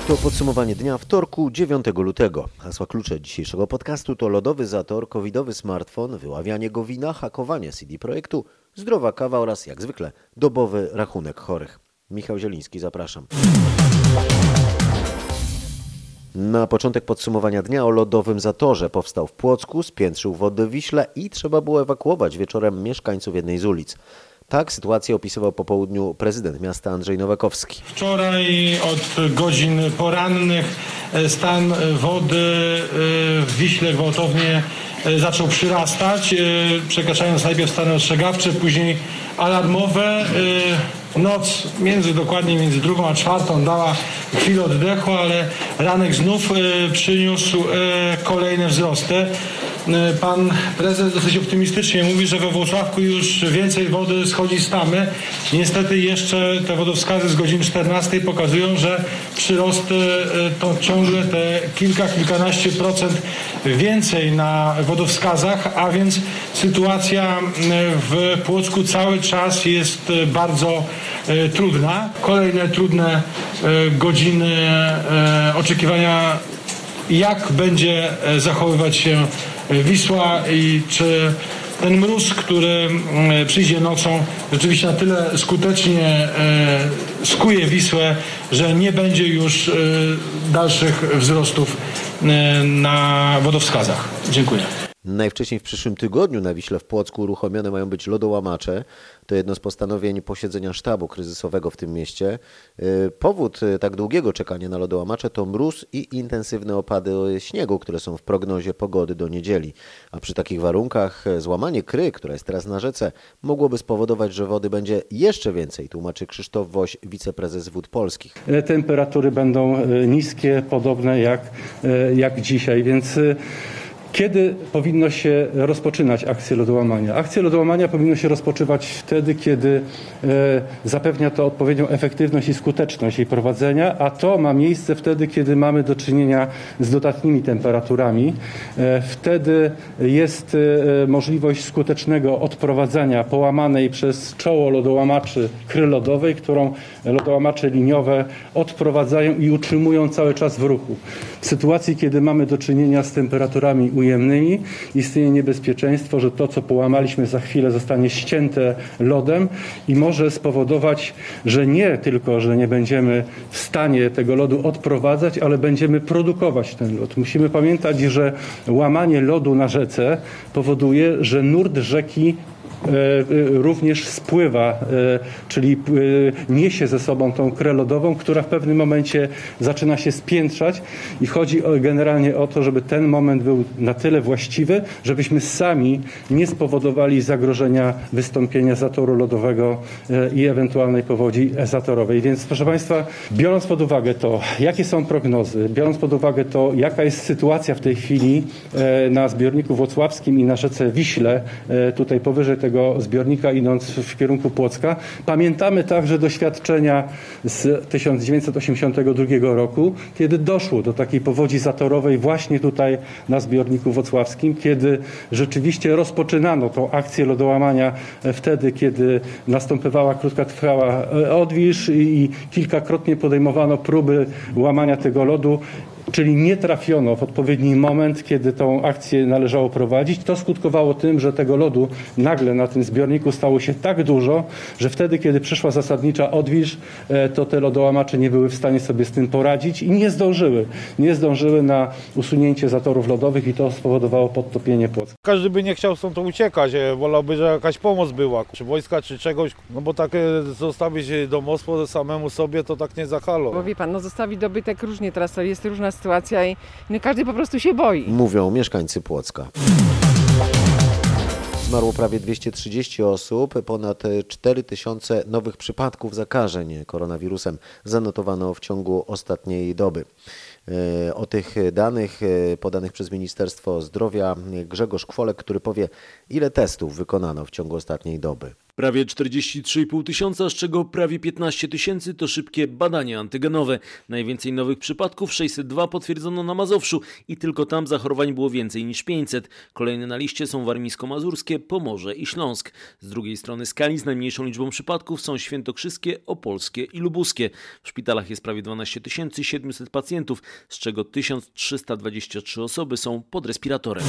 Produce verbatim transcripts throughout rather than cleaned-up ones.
To podsumowanie dnia wtorku, dziewiątego lutego. Hasła klucze dzisiejszego podcastu to lodowy zator, covidowy smartfon, wyławianie go wina, hakowanie C D Projektu, zdrowa kawa oraz, jak zwykle, dobowy rachunek chorych. Michał Zieliński, zapraszam. Na początek podsumowania dnia o lodowym zatorze. Powstał w Płocku, spiętrzył wodę w Wiśle i trzeba było ewakuować wieczorem mieszkańców jednej z ulic. Tak sytuację opisywał po południu prezydent miasta Andrzej Nowakowski. Wczoraj od godzin porannych stan wody w Wiśle gwałtownie zaczął przyrastać, przekraczając najpierw stany ostrzegawcze, później alarmowe. Noc między dokładnie między drugą a czwartą dała chwilę oddechu, ale ranek znów przyniósł kolejne wzrosty. Pan prezes dosyć optymistycznie mówi, że we Włocławku już więcej wody schodzi z tamy. Niestety jeszcze te wodowskazy z godziny czternastej pokazują, że przyrosty to ciągle te kilka, kilkanaście procent więcej na wodowskazach, a więc sytuacja w Płocku cały czas jest bardzo trudna. Kolejne trudne godziny oczekiwania, jak będzie zachowywać się Wisła i czy ten mróz, który przyjdzie nocą, rzeczywiście na tyle skutecznie skuje Wisłę, że nie będzie już dalszych wzrostów na wodowskazach. Dziękuję. Najwcześniej w przyszłym tygodniu na Wiśle w Płocku uruchomione mają być lodołamacze. To jedno z postanowień posiedzenia sztabu kryzysowego w tym mieście. Powód tak długiego czekania na lodołamacze to mróz i intensywne opady śniegu, które są w prognozie pogody do niedzieli. A przy takich warunkach złamanie kry, która jest teraz na rzece, mogłoby spowodować, że wody będzie jeszcze więcej, tłumaczy Krzysztof Woś, wiceprezes Wód Polskich. Temperatury będą niskie, podobne jak, jak dzisiaj, więc... Kiedy powinno się rozpoczynać akcję lodołamania? Akcję lodołamania powinno się rozpoczywać wtedy, kiedy e, zapewnia to odpowiednią efektywność i skuteczność jej prowadzenia, a to ma miejsce wtedy, kiedy mamy do czynienia z dodatnimi temperaturami. E, wtedy jest e, możliwość skutecznego odprowadzania połamanej przez czoło lodołamaczy kry lodowej, którą lodołamacze liniowe odprowadzają i utrzymują cały czas w ruchu. W sytuacji, kiedy mamy do czynienia z temperaturami ujemnymi, istnieje niebezpieczeństwo, że to, co połamaliśmy, za chwilę zostanie ścięte lodem i może spowodować, że nie tylko, że nie będziemy w stanie tego lodu odprowadzać, ale będziemy produkować ten lód. Musimy pamiętać, że łamanie lodu na rzece powoduje, że nurt rzeki również spływa, czyli niesie ze sobą tą krę lodową, która w pewnym momencie zaczyna się spiętrzać i chodzi generalnie o to, żeby ten moment był na tyle właściwy, żebyśmy sami nie spowodowali zagrożenia wystąpienia zatoru lodowego i ewentualnej powodzi zatorowej. Więc proszę Państwa, biorąc pod uwagę to, jakie są prognozy, biorąc pod uwagę to, jaka jest sytuacja w tej chwili na zbiorniku włocławskim i na rzece Wiśle, tutaj powyżej tego tego zbiornika, idąc w kierunku Płocka. Pamiętamy także doświadczenia z tysiąc dziewięćset osiemdziesiątego drugiego roku, kiedy doszło do takiej powodzi zatorowej właśnie tutaj na zbiorniku włocławskim, kiedy rzeczywiście rozpoczynano tą akcję lodołamania wtedy, kiedy następowała krótkotrwała odwilż i kilkakrotnie podejmowano próby łamania tego lodu. Czyli nie trafiono w odpowiedni moment, kiedy tą akcję należało prowadzić. To skutkowało tym, że tego lodu nagle na tym zbiorniku stało się tak dużo, że wtedy, kiedy przyszła zasadnicza odwilż, to te lodołamacze nie były w stanie sobie z tym poradzić i nie zdążyły. Nie zdążyły na usunięcie zatorów lodowych i to spowodowało podtopienie Płocka. Każdy by nie chciał stąd uciekać, wolałby, że jakaś pomoc była, czy wojska, czy czegoś, no bo takie zostawić domostwo samemu sobie, to tak nie za halo. Bo wie pan, no zostawić dobytek różnie, teraz to jest różna sytuacja i no każdy po prostu się boi. Mówią mieszkańcy Płocka. Zmarło prawie dwieście trzydzieści osób, ponad cztery tysiące nowych przypadków zakażeń koronawirusem zanotowano w ciągu ostatniej doby. O tych danych podanych przez Ministerstwo Zdrowia Grzegorz Kwolek, który powie, ile testów wykonano w ciągu ostatniej doby. Prawie czterdzieści trzy i pół tysiąca, z czego prawie piętnaście tysięcy to szybkie badania antygenowe. Najwięcej nowych przypadków, sześćset dwa, potwierdzono na Mazowszu i tylko tam zachorowań było więcej niż pięćset. Kolejne na liście są warmińsko-mazurskie, Pomorze i Śląsk. Z drugiej strony skali z najmniejszą liczbą przypadków są świętokrzyskie, opolskie i lubuskie. W szpitalach jest prawie dwanaście tysięcy siedemset pacjentów, z czego tysiąc trzysta dwadzieścia trzy osoby są pod respiratorem.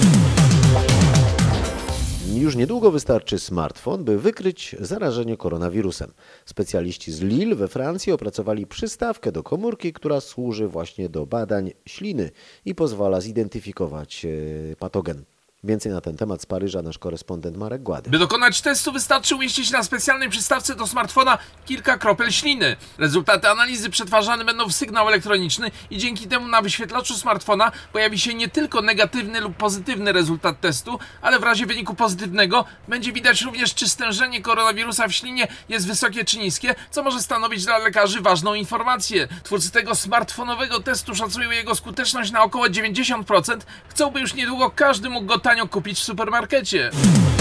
Już niedługo wystarczy smartfon, by wykryć zarażenie koronawirusem. Specjaliści z Lille we Francji opracowali przystawkę do komórki, która służy właśnie do badań śliny i pozwala zidentyfikować patogen. Więcej na ten temat z Paryża nasz korespondent Marek Głady. By dokonać testu wystarczy umieścić na specjalnej przystawce do smartfona kilka kropel śliny. Rezultaty analizy przetwarzane będą w sygnał elektroniczny i dzięki temu na wyświetlaczu smartfona pojawi się nie tylko negatywny lub pozytywny rezultat testu, ale w razie wyniku pozytywnego będzie widać również, czy stężenie koronawirusa w ślinie jest wysokie czy niskie, co może stanowić dla lekarzy ważną informację. Twórcy tego smartfonowego testu szacują jego skuteczność na około dziewięćdziesiąt procent. Chcą, by już niedługo każdy mógł go tanio kupić w supermarkecie.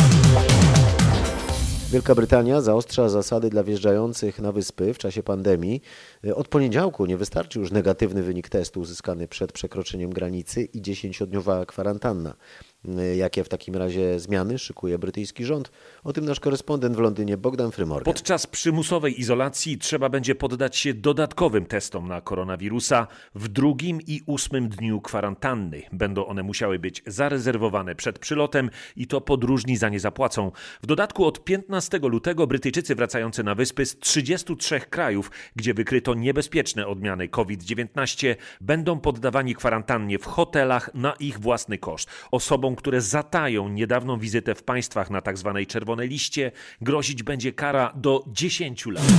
Wielka Brytania zaostrza zasady dla wjeżdżających na wyspy w czasie pandemii. Od poniedziałku nie wystarczy już negatywny wynik testu uzyskany przed przekroczeniem granicy i dziesięciodniowa kwarantanna. Jakie w takim razie zmiany szykuje brytyjski rząd? O tym nasz korespondent w Londynie Bogdan Frymorgan. Podczas przymusowej izolacji trzeba będzie poddać się dodatkowym testom na koronawirusa w drugim i ósmym dniu kwarantanny. Będą one musiały być zarezerwowane przed przylotem i to podróżni za nie zapłacą. W dodatku od piętnastego lutego Brytyjczycy wracający na wyspy z trzydziestu trzech krajów, gdzie wykryto niebezpieczne odmiany kowid dziewiętnaście, będą poddawani kwarantannie w hotelach na ich własny koszt. Osobom, które zatają niedawną wizytę w państwach na tzw. czerwonej liście, grozić będzie kara do dziesięciu lat.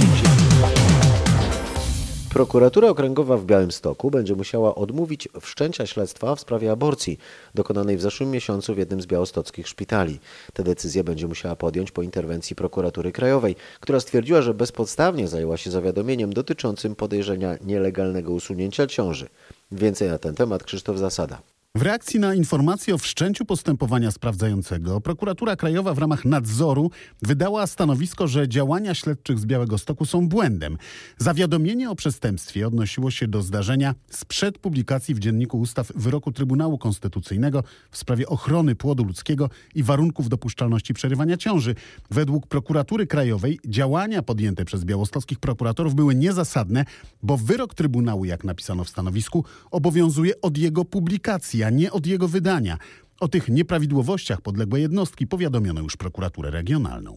Prokuratura Okręgowa w Białymstoku będzie musiała odmówić wszczęcia śledztwa w sprawie aborcji dokonanej w zeszłym miesiącu w jednym z białostockich szpitali. Tę decyzję będzie musiała podjąć po interwencji Prokuratury Krajowej, która stwierdziła, że bezpodstawnie zajęła się zawiadomieniem dotyczącym podejrzenia nielegalnego usunięcia ciąży. Więcej na ten temat Krzysztof Zasada. W reakcji na informację o wszczęciu postępowania sprawdzającego, Prokuratura Krajowa w ramach nadzoru wydała stanowisko, że działania śledczych z Białegostoku są błędem. Zawiadomienie o przestępstwie odnosiło się do zdarzenia sprzed publikacji w Dzienniku Ustaw wyroku Trybunału Konstytucyjnego w sprawie ochrony płodu ludzkiego i warunków dopuszczalności przerywania ciąży. Według Prokuratury Krajowej działania podjęte przez białostockich prokuratorów były niezasadne, bo wyrok Trybunału, jak napisano w stanowisku, obowiązuje od jego publikacji, a nie od jego wydania. O tych nieprawidłowościach podległe jednostki powiadomiono już prokuraturę regionalną.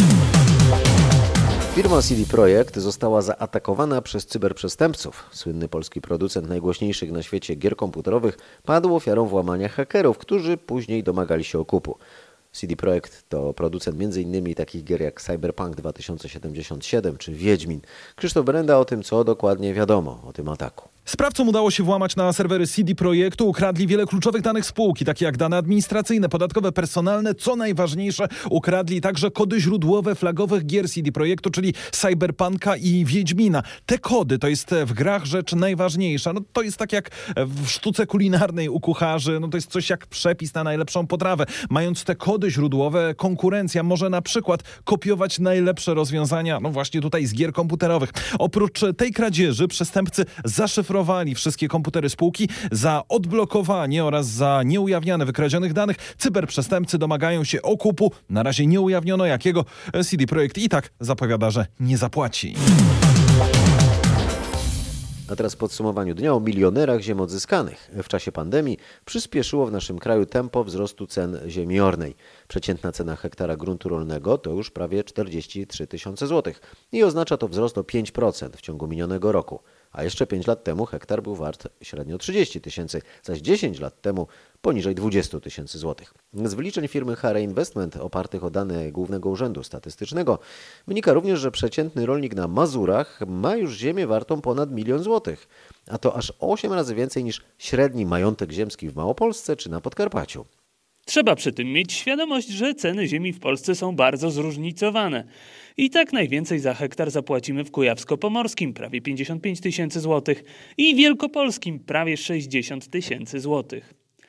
Firma C D Projekt została zaatakowana przez cyberprzestępców. Słynny polski producent najgłośniejszych na świecie gier komputerowych padł ofiarą włamania hakerów, którzy później domagali się okupu. C D Projekt to producent między innymi takich gier jak Cyberpunk dwa tysiące siedemdziesiąt siedem czy Wiedźmin. Krzysztof Brenda o tym, co dokładnie wiadomo o tym ataku. Sprawcom udało się włamać na serwery C D Projektu, ukradli wiele kluczowych danych spółki, takie jak dane administracyjne, podatkowe, personalne, co najważniejsze, ukradli także kody źródłowe flagowych gier C D Projektu, czyli Cyberpunka i Wiedźmina. Te kody to jest w grach rzecz najważniejsza. No, to jest tak jak w sztuce kulinarnej u kucharzy, no to jest coś jak przepis na najlepszą potrawę. Mając te kody źródłowe, konkurencja może na przykład kopiować najlepsze rozwiązania, no właśnie tutaj z gier komputerowych. Oprócz tej kradzieży przestępcy zaszyfrowali wszystkie komputery spółki. Za odblokowanie oraz za nieujawniane wykradzionych danych cyberprzestępcy domagają się okupu. Na razie nie ujawniono jakiego. C D Projekt i tak zapowiada, że nie zapłaci. A teraz w podsumowaniu dnia o milionerach ziem odzyskanych. W czasie pandemii przyspieszyło w naszym kraju tempo wzrostu cen ziemi ornej. Przeciętna cena hektara gruntu rolnego to już prawie czterdzieści trzy tysiące złotych i oznacza to wzrost o pięć procent w ciągu minionego roku. A jeszcze pięć lat temu hektar był wart średnio trzydzieści tysięcy, zaś dziesięć lat temu poniżej dwadzieścia tysięcy złotych. Z wyliczeń firmy Hare Investment opartych o dane Głównego Urzędu Statystycznego wynika również, że przeciętny rolnik na Mazurach ma już ziemię wartą ponad milion złotych, a to aż osiem razy więcej niż średni majątek ziemski w Małopolsce czy na Podkarpaciu. Trzeba przy tym mieć świadomość, że ceny ziemi w Polsce są bardzo zróżnicowane. I tak najwięcej za hektar zapłacimy w Kujawsko-Pomorskim, prawie pięćdziesiąt pięć tysięcy złotych, i Wielkopolskim, prawie sześćdziesiąt tysięcy złotych.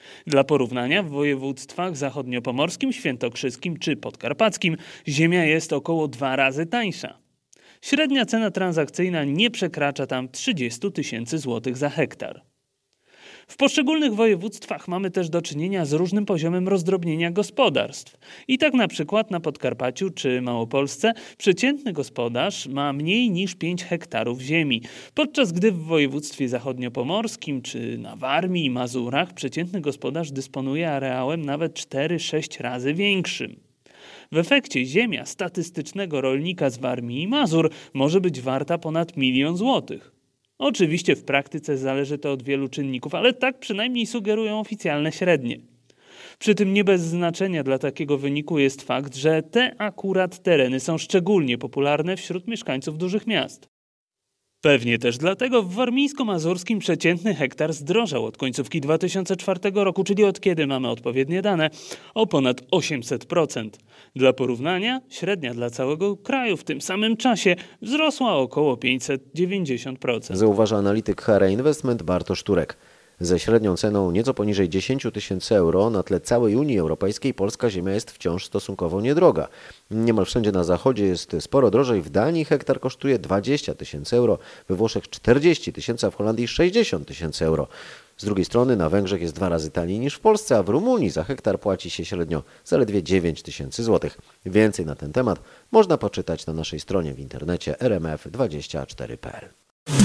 Dla porównania w województwach zachodniopomorskim, świętokrzyskim czy podkarpackim ziemia jest około dwa razy tańsza. Średnia cena transakcyjna nie przekracza tam trzydzieści tysięcy złotych za hektar. W poszczególnych województwach mamy też do czynienia z różnym poziomem rozdrobnienia gospodarstw. I tak na przykład na Podkarpaciu czy Małopolsce przeciętny gospodarz ma mniej niż pięć hektarów ziemi, podczas gdy w województwie zachodniopomorskim czy na Warmii i Mazurach przeciętny gospodarz dysponuje areałem nawet cztery sześć razy większym. W efekcie ziemia statystycznego rolnika z Warmii i Mazur może być warta ponad milion złotych. Oczywiście w praktyce zależy to od wielu czynników, ale tak przynajmniej sugerują oficjalne średnie. Przy tym nie bez znaczenia dla takiego wyniku jest fakt, że te akurat tereny są szczególnie popularne wśród mieszkańców dużych miast. Pewnie też dlatego w warmińsko-mazurskim przeciętny hektar zdrożał od końcówki dwa tysiące czwartego roku, czyli od kiedy mamy odpowiednie dane, o ponad osiemset procent. Dla porównania średnia dla całego kraju w tym samym czasie wzrosła o około pięćset dziewięćdziesiąt procent. Zauważa analityk H R Investment Bartosz Turek. Ze średnią ceną nieco poniżej dziesięć tysięcy euro na tle całej Unii Europejskiej polska ziemia jest wciąż stosunkowo niedroga. Niemal wszędzie na zachodzie jest sporo drożej. W Danii hektar kosztuje dwadzieścia tysięcy euro, we Włoszech czterdzieści tysięcy, a w Holandii sześćdziesiąt tysięcy euro. Z drugiej strony na Węgrzech jest dwa razy taniej niż w Polsce, a w Rumunii za hektar płaci się średnio zaledwie dziewięć tysięcy złotych. Więcej na ten temat można poczytać na naszej stronie w internecie r m f dwadzieścia cztery kropka p l.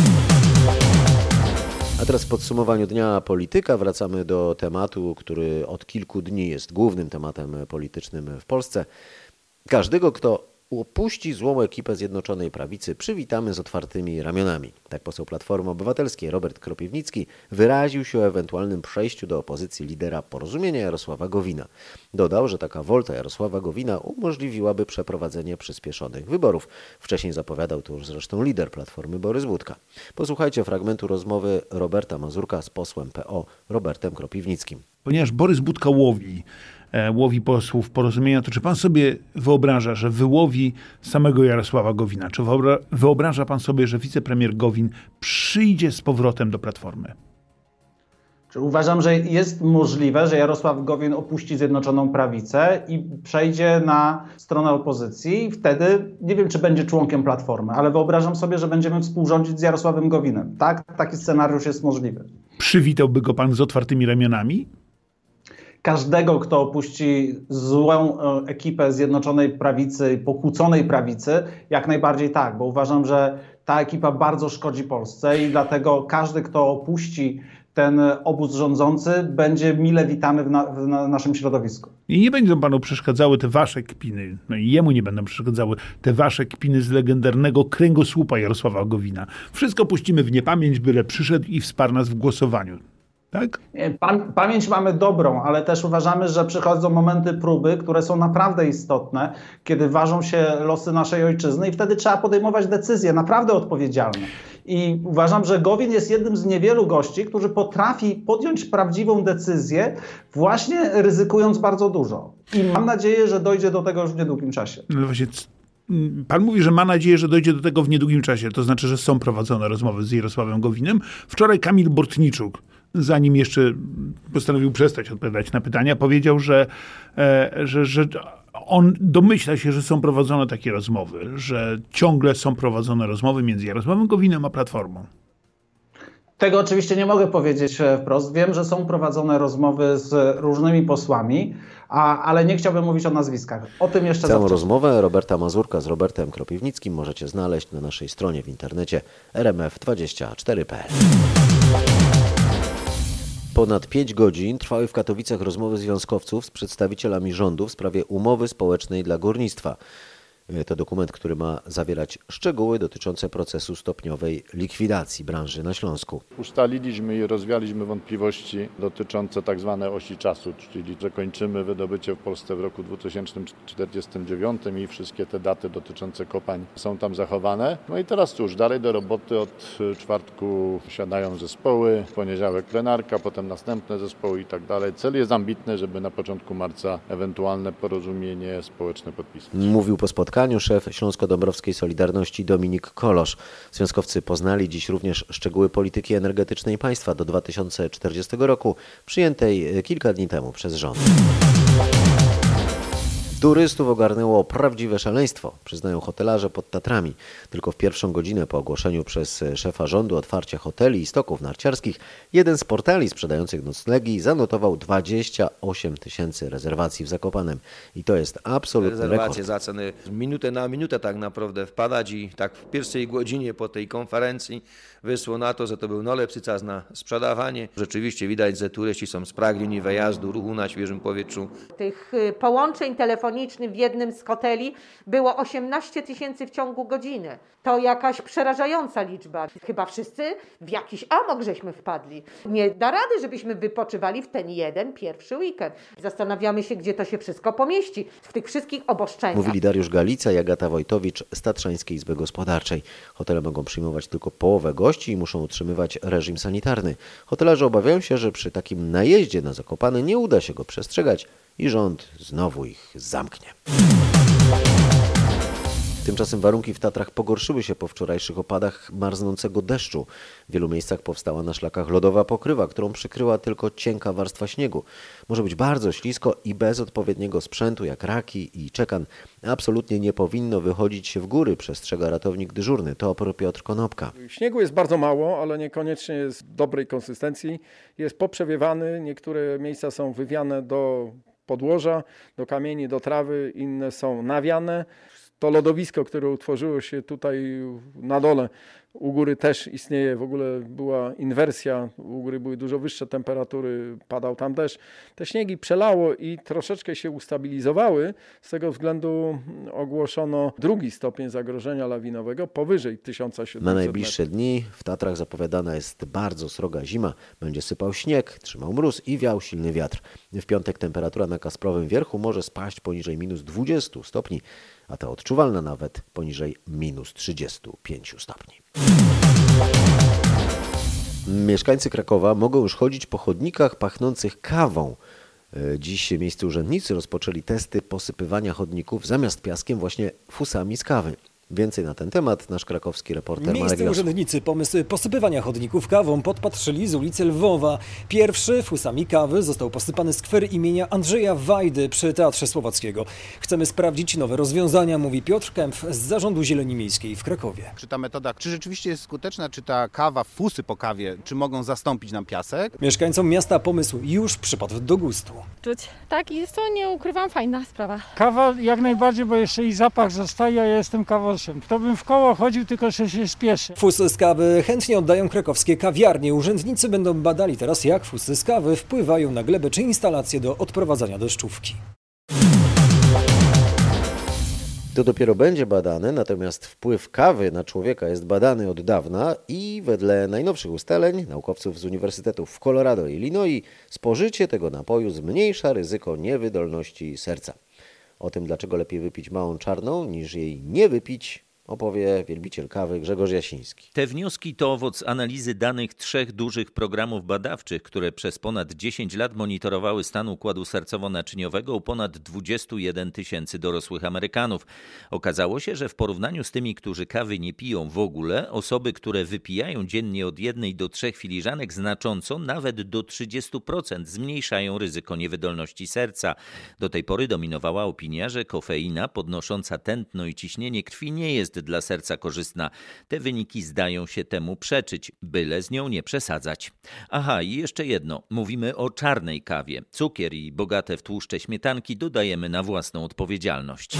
A teraz w podsumowaniu Dnia Polityka wracamy do tematu, który od kilku dni jest głównym tematem politycznym w Polsce. Każdego, kto opuści złą ekipę Zjednoczonej Prawicy, przywitamy z otwartymi ramionami. Tak poseł Platformy Obywatelskiej Robert Kropiwnicki wyraził się o ewentualnym przejściu do opozycji lidera Porozumienia Jarosława Gowina. Dodał, że taka wolta Jarosława Gowina umożliwiłaby przeprowadzenie przyspieszonych wyborów. Wcześniej zapowiadał to już zresztą lider Platformy Borys Budka. Posłuchajcie fragmentu rozmowy Roberta Mazurka z posłem P O Robertem Kropiwnickim. Ponieważ Borys Budka łowi, e, łowi posłów Porozumienia, to czy pan sobie wyobraża, że wyłowi samego Jarosława Gowina? Czy wyobra- wyobraża pan sobie, że wicepremier Gowin przyjdzie z powrotem do Platformy? Uważam, że jest możliwe, że Jarosław Gowin opuści Zjednoczoną Prawicę i przejdzie na stronę opozycji. I wtedy nie wiem, czy będzie członkiem Platformy, ale wyobrażam sobie, że będziemy współrządzić z Jarosławem Gowinem. Tak, taki scenariusz jest możliwy. Przywitałby go pan z otwartymi ramionami? Każdego, kto opuści złą ekipę Zjednoczonej Prawicy, pokłóconej prawicy, jak najbardziej tak, bo uważam, że ta ekipa bardzo szkodzi Polsce i dlatego każdy, kto opuści ten obóz rządzący, będzie mile witany w, na, w na naszym środowisku. I nie będą panu przeszkadzały te wasze kpiny, no i jemu nie będą przeszkadzały te wasze kpiny z legendarnego kręgosłupa Jarosława Gowina. Wszystko puścimy w niepamięć, byle przyszedł i wsparł nas w głosowaniu. Tak? Pam- pamięć mamy dobrą, ale też uważamy, że przychodzą momenty próby, które są naprawdę istotne, kiedy ważą się losy naszej ojczyzny i wtedy trzeba podejmować decyzje naprawdę odpowiedzialne. I uważam, że Gowin jest jednym z niewielu gości, którzy potrafi podjąć prawdziwą decyzję, właśnie ryzykując bardzo dużo. I mam nadzieję, że dojdzie do tego już w niedługim czasie. No właśnie, pan mówi, że ma nadzieję, że dojdzie do tego w niedługim czasie. To znaczy, że są prowadzone rozmowy z Jarosławem Gowinem. Wczoraj Kamil Bortniczuk, zanim jeszcze postanowił przestać odpowiadać na pytania, powiedział, że, że, że on domyśla się, że są prowadzone takie rozmowy, że ciągle są prowadzone rozmowy między Jarosławem Gowinem a Platformą. Tego oczywiście nie mogę powiedzieć wprost. Wiem, że są prowadzone rozmowy z różnymi posłami, a, ale nie chciałbym mówić o nazwiskach. O tym jeszcze Całą za rozmowę Roberta Mazurka z Robertem Kropiwnickim możecie znaleźć na naszej stronie w internecie r m f dwadzieścia cztery kropka p l. Ponad pięć godzin trwały w Katowicach rozmowy związkowców z przedstawicielami rządu w sprawie umowy społecznej dla górnictwa. To dokument, który ma zawierać szczegóły dotyczące procesu stopniowej likwidacji branży na Śląsku. Ustaliliśmy i rozwialiśmy wątpliwości dotyczące tak zwanej osi czasu, czyli że kończymy wydobycie w Polsce w roku dwa tysiące czterdziestym dziewiątym i wszystkie te daty dotyczące kopalń są tam zachowane. No i teraz cóż, dalej do roboty. Od czwartku siadają zespoły, w poniedziałek plenarka, potem następne zespoły i tak dalej. Cel jest ambitny, żeby na początku marca ewentualne porozumienie społeczne podpisać. Mówił po spotkaniu spotkaniu szef Śląsko-Dąbrowskiej Solidarności Dominik Kolosz. Związkowcy poznali dziś również szczegóły polityki energetycznej państwa do dwa tysiące czterdziestego roku, przyjętej kilka dni temu przez rząd. Turystów ogarnęło prawdziwe szaleństwo, przyznają hotelarze pod Tatrami. Tylko w pierwszą godzinę po ogłoszeniu przez szefa rządu otwarcia hoteli i stoków narciarskich jeden z portali sprzedających noclegi zanotował dwadzieścia osiem tysięcy rezerwacji w Zakopanem. I to jest absolutny Rezerwacje rekord. zaczęły minutę na minutę tak naprawdę wpadać i tak w pierwszej godzinie po tej konferencji wyszło na to, że to był najlepszy czas na sprzedawanie. Rzeczywiście widać, że turyści są spragnieni wyjazdu, ruchu na świeżym powietrzu. Tych połączeń telefonicznych w jednym z hoteli było osiemnaście tysięcy w ciągu godziny. To jakaś przerażająca liczba. Chyba wszyscy w jakiś amok żeśmy wpadli. Nie da rady, żebyśmy wypoczywali w ten jeden pierwszy weekend. Zastanawiamy się, gdzie to się wszystko pomieści w tych wszystkich oboszczeniach. Mówili Dariusz Galica i Agata Wojtowicz z Tatrzańskiej Izby Gospodarczej. Hotele mogą przyjmować tylko połowę gości i muszą utrzymywać reżim sanitarny. Hotelarze obawiają się, że przy takim najeździe na Zakopane nie uda się go przestrzegać i rząd znowu ich zamknie. Tymczasem warunki w Tatrach pogorszyły się po wczorajszych opadach marznącego deszczu. W wielu miejscach powstała na szlakach lodowa pokrywa, którą przykryła tylko cienka warstwa śniegu. Może być bardzo ślisko i bez odpowiedniego sprzętu jak raki i czekan absolutnie nie powinno wychodzić się w góry, przestrzega ratownik dyżurny. To Piotr Konopka. Śniegu jest bardzo mało, ale niekoniecznie jest dobrej konsystencji. Jest poprzewiewany, niektóre miejsca są wywiane do podłoża, do kamieni, do trawy, inne są nawiane. To lodowisko, które utworzyło się tutaj na dole, u góry też istnieje, w ogóle była inwersja, u góry były dużo wyższe temperatury, padał tam deszcz. Te śniegi przelało i troszeczkę się ustabilizowały, z tego względu ogłoszono drugi stopień zagrożenia lawinowego powyżej tysiąc siedemset Na najbliższe metrów. dni w Tatrach zapowiadana jest bardzo sroga zima. Będzie sypał śnieg, trzymał mróz i wiał silny wiatr. W piątek temperatura na Kasprowym Wierchu może spaść poniżej minus dwudziestu stopni, a ta odczuwalna nawet poniżej minus trzydziestu pięciu stopni. Mieszkańcy Krakowa mogą już chodzić po chodnikach pachnących kawą. Dziś miejscy urzędnicy rozpoczęli testy posypywania chodników zamiast piaskiem właśnie fusami z kawy. Więcej na ten temat nasz krakowski reporter Marek Miejscy Wiosło. urzędnicy pomysł posypywania chodników kawą podpatrzyli z ulicy Lwowa. Pierwszy fusami kawy został posypany skwer imienia Andrzeja Wajdy przy Teatrze Słowackiego. Chcemy sprawdzić nowe rozwiązania, mówi Piotr Kempf z Zarządu Zieleni Miejskiej w Krakowie. Czy ta metoda, czy rzeczywiście jest skuteczna, czy ta kawa, fusy po kawie, czy mogą zastąpić nam piasek? Mieszkańcom miasta pomysł już przypadł do gustu. Czuć. Tak, i jest to, nie ukrywam, fajna sprawa. Kawa jak najbardziej, bo jeszcze i zapach zostaje, a ja jestem kawosem. To bym w koło chodził, tylko że się spieszy. Fusy z kawy chętnie oddają krakowskie kawiarnie. Urzędnicy będą badali teraz, jak fusy z kawy wpływają na glebę czy instalacje do odprowadzania deszczówki. To dopiero będzie badane, natomiast wpływ kawy na człowieka jest badany od dawna i wedle najnowszych ustaleń naukowców z uniwersytetów w Colorado i Illinois spożycie tego napoju zmniejsza ryzyko niewydolności serca. O tym, dlaczego lepiej wypić małą czarną niż jej nie wypić, opowie wielbiciel kawy Grzegorz Jasiński. Te wnioski to owoc analizy danych trzech dużych programów badawczych, które przez ponad dziesięć lat monitorowały stan układu sercowo-naczyniowego u ponad dwudziestu jeden tysięcy dorosłych Amerykanów. Okazało się, że w porównaniu z tymi, którzy kawy nie piją w ogóle, osoby, które wypijają dziennie od jednej do trzech filiżanek znacząco, nawet do trzydziestu procent zmniejszają ryzyko niewydolności serca. Do tej pory dominowała opinia, że kofeina podnosząca tętno i ciśnienie krwi nie jest dla serca korzystna. Te wyniki zdają się temu przeczyć, byle z nią nie przesadzać. Aha, i jeszcze jedno. Mówimy o czarnej kawie. Cukier i bogate w tłuszcze śmietanki dodajemy na własną odpowiedzialność.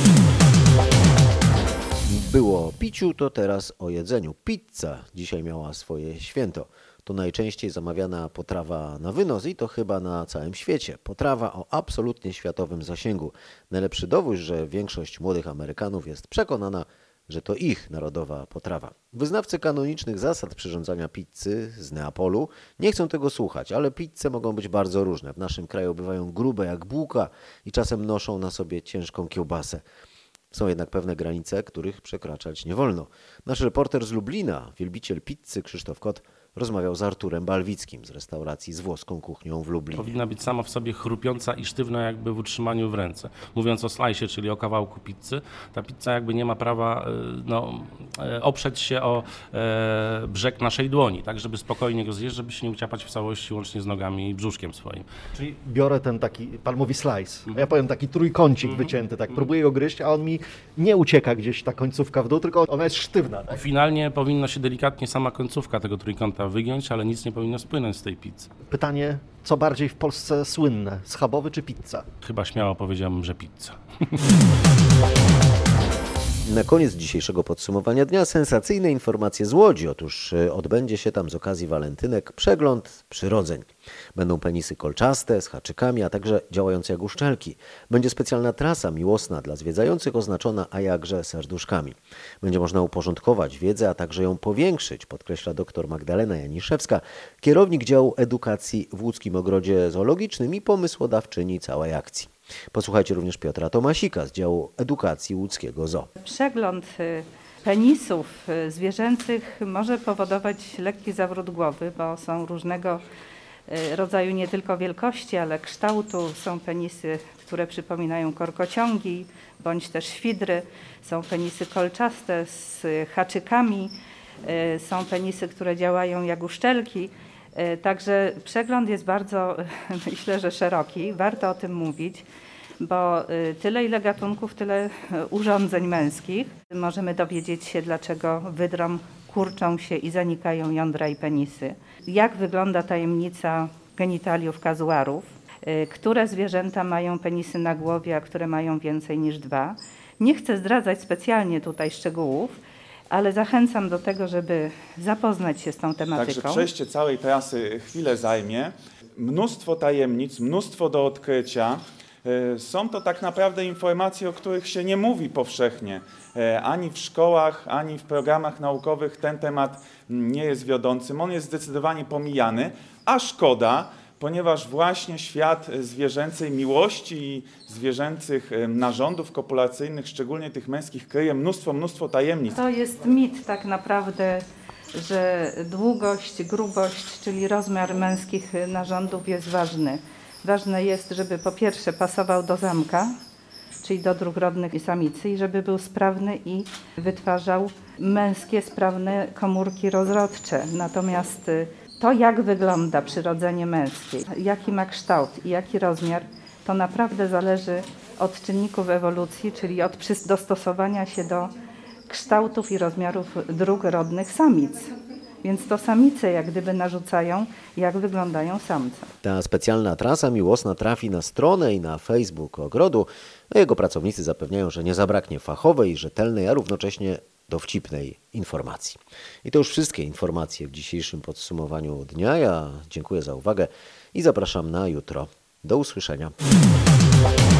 Było o piciu, to teraz o jedzeniu. Pizza dzisiaj miała swoje święto. To najczęściej zamawiana potrawa na wynos i to chyba na całym świecie. Potrawa o absolutnie światowym zasięgu. Najlepszy dowód, że większość młodych Amerykanów jest przekonana, że to ich narodowa potrawa. Wyznawcy kanonicznych zasad przyrządzania pizzy z Neapolu nie chcą tego słuchać, ale pizze mogą być bardzo różne. W naszym kraju bywają grube jak bułka i czasem noszą na sobie ciężką kiełbasę. Są jednak pewne granice, których przekraczać nie wolno. Nasz reporter z Lublina, wielbiciel pizzy Krzysztof Kot, rozmawiał z Arturem Balwickim z restauracji z włoską kuchnią w Lublinie. Powinna być sama w sobie chrupiąca i sztywna jakby w utrzymaniu w ręce. Mówiąc o slajsie, czyli o kawałku pizzy, ta pizza jakby nie ma prawa no, oprzeć się o e, brzeg naszej dłoni, tak żeby spokojnie go zjeść, żeby się nie uciapać w całości łącznie z nogami i brzuszkiem swoim. Czyli biorę ten taki, pan mówi slice, a ja powiem taki trójkącik mm-hmm. wycięty, tak próbuję go gryźć, a on mi nie ucieka gdzieś ta końcówka w dół, tylko ona jest sztywna. Tak? Finalnie powinno się delikatnie sama końcówka tego trójkąta wygiąć, ale nic nie powinno spłynąć z tej pizzy. Pytanie, co bardziej w Polsce słynne, schabowy czy pizza? Chyba śmiało powiedziałbym, że pizza. Na koniec dzisiejszego podsumowania dnia sensacyjne informacje z Łodzi. Otóż odbędzie się tam z okazji walentynek przegląd przyrodzeń. Będą penisy kolczaste z haczykami, a także działające jak uszczelki. Będzie specjalna trasa miłosna dla zwiedzających oznaczona a jakże serduszkami. Będzie można uporządkować wiedzę, a także ją powiększyć, podkreśla dr Magdalena Janiszewska, kierownik działu edukacji w Łódzkim Ogrodzie Zoologicznym i pomysłodawczyni całej akcji. Posłuchajcie również Piotra Tomasika z działu edukacji łódzkiego zoo. Przegląd penisów zwierzęcych może powodować lekki zawrót głowy, bo są różnego rodzaju nie tylko wielkości, ale kształtu. Są penisy, które przypominają korkociągi bądź też świdry. Są penisy kolczaste z haczykami. Są penisy, które działają jak uszczelki. Także przegląd jest bardzo, myślę, że szeroki. Warto o tym mówić, bo tyle ile gatunków, tyle urządzeń męskich. Możemy dowiedzieć się, dlaczego wydrom kurczą się i zanikają jądra i penisy. Jak wygląda tajemnica genitaliów kazuarów, które zwierzęta mają penisy na głowie, a które mają więcej niż dwa. Nie chcę zdradzać specjalnie tutaj szczegółów, ale zachęcam do tego, żeby zapoznać się z tą tematyką. Także przejście całej trasy chwilę zajmie. Mnóstwo tajemnic, mnóstwo do odkrycia. Są to tak naprawdę informacje, o których się nie mówi powszechnie. Ani w szkołach, ani w programach naukowych ten temat nie jest wiodącym. On jest zdecydowanie pomijany, a szkoda, ponieważ właśnie świat zwierzęcej miłości i zwierzęcych narządów kopulacyjnych, szczególnie tych męskich, kryje mnóstwo, mnóstwo tajemnic. To jest mit tak naprawdę, że długość, grubość, czyli rozmiar męskich narządów jest ważny. Ważne jest, żeby po pierwsze pasował do zamka, czyli do dróg rodnych i samicy, i żeby był sprawny i wytwarzał męskie, sprawne komórki rozrodcze. Natomiast to, jak wygląda przyrodzenie męskie, jaki ma kształt i jaki rozmiar, to naprawdę zależy od czynników ewolucji, czyli od dostosowania się do kształtów i rozmiarów dróg rodnych samic. Więc to samice jak gdyby narzucają, jak wyglądają samce. Ta specjalna trasa miłosna trafi na stronę i na Facebook ogrodu. No, jego pracownicy zapewniają, że nie zabraknie fachowej, rzetelnej, a równocześnie dowcipnej informacji. I to już wszystkie informacje w dzisiejszym podsumowaniu dnia. Ja dziękuję za uwagę i zapraszam na jutro. Do usłyszenia.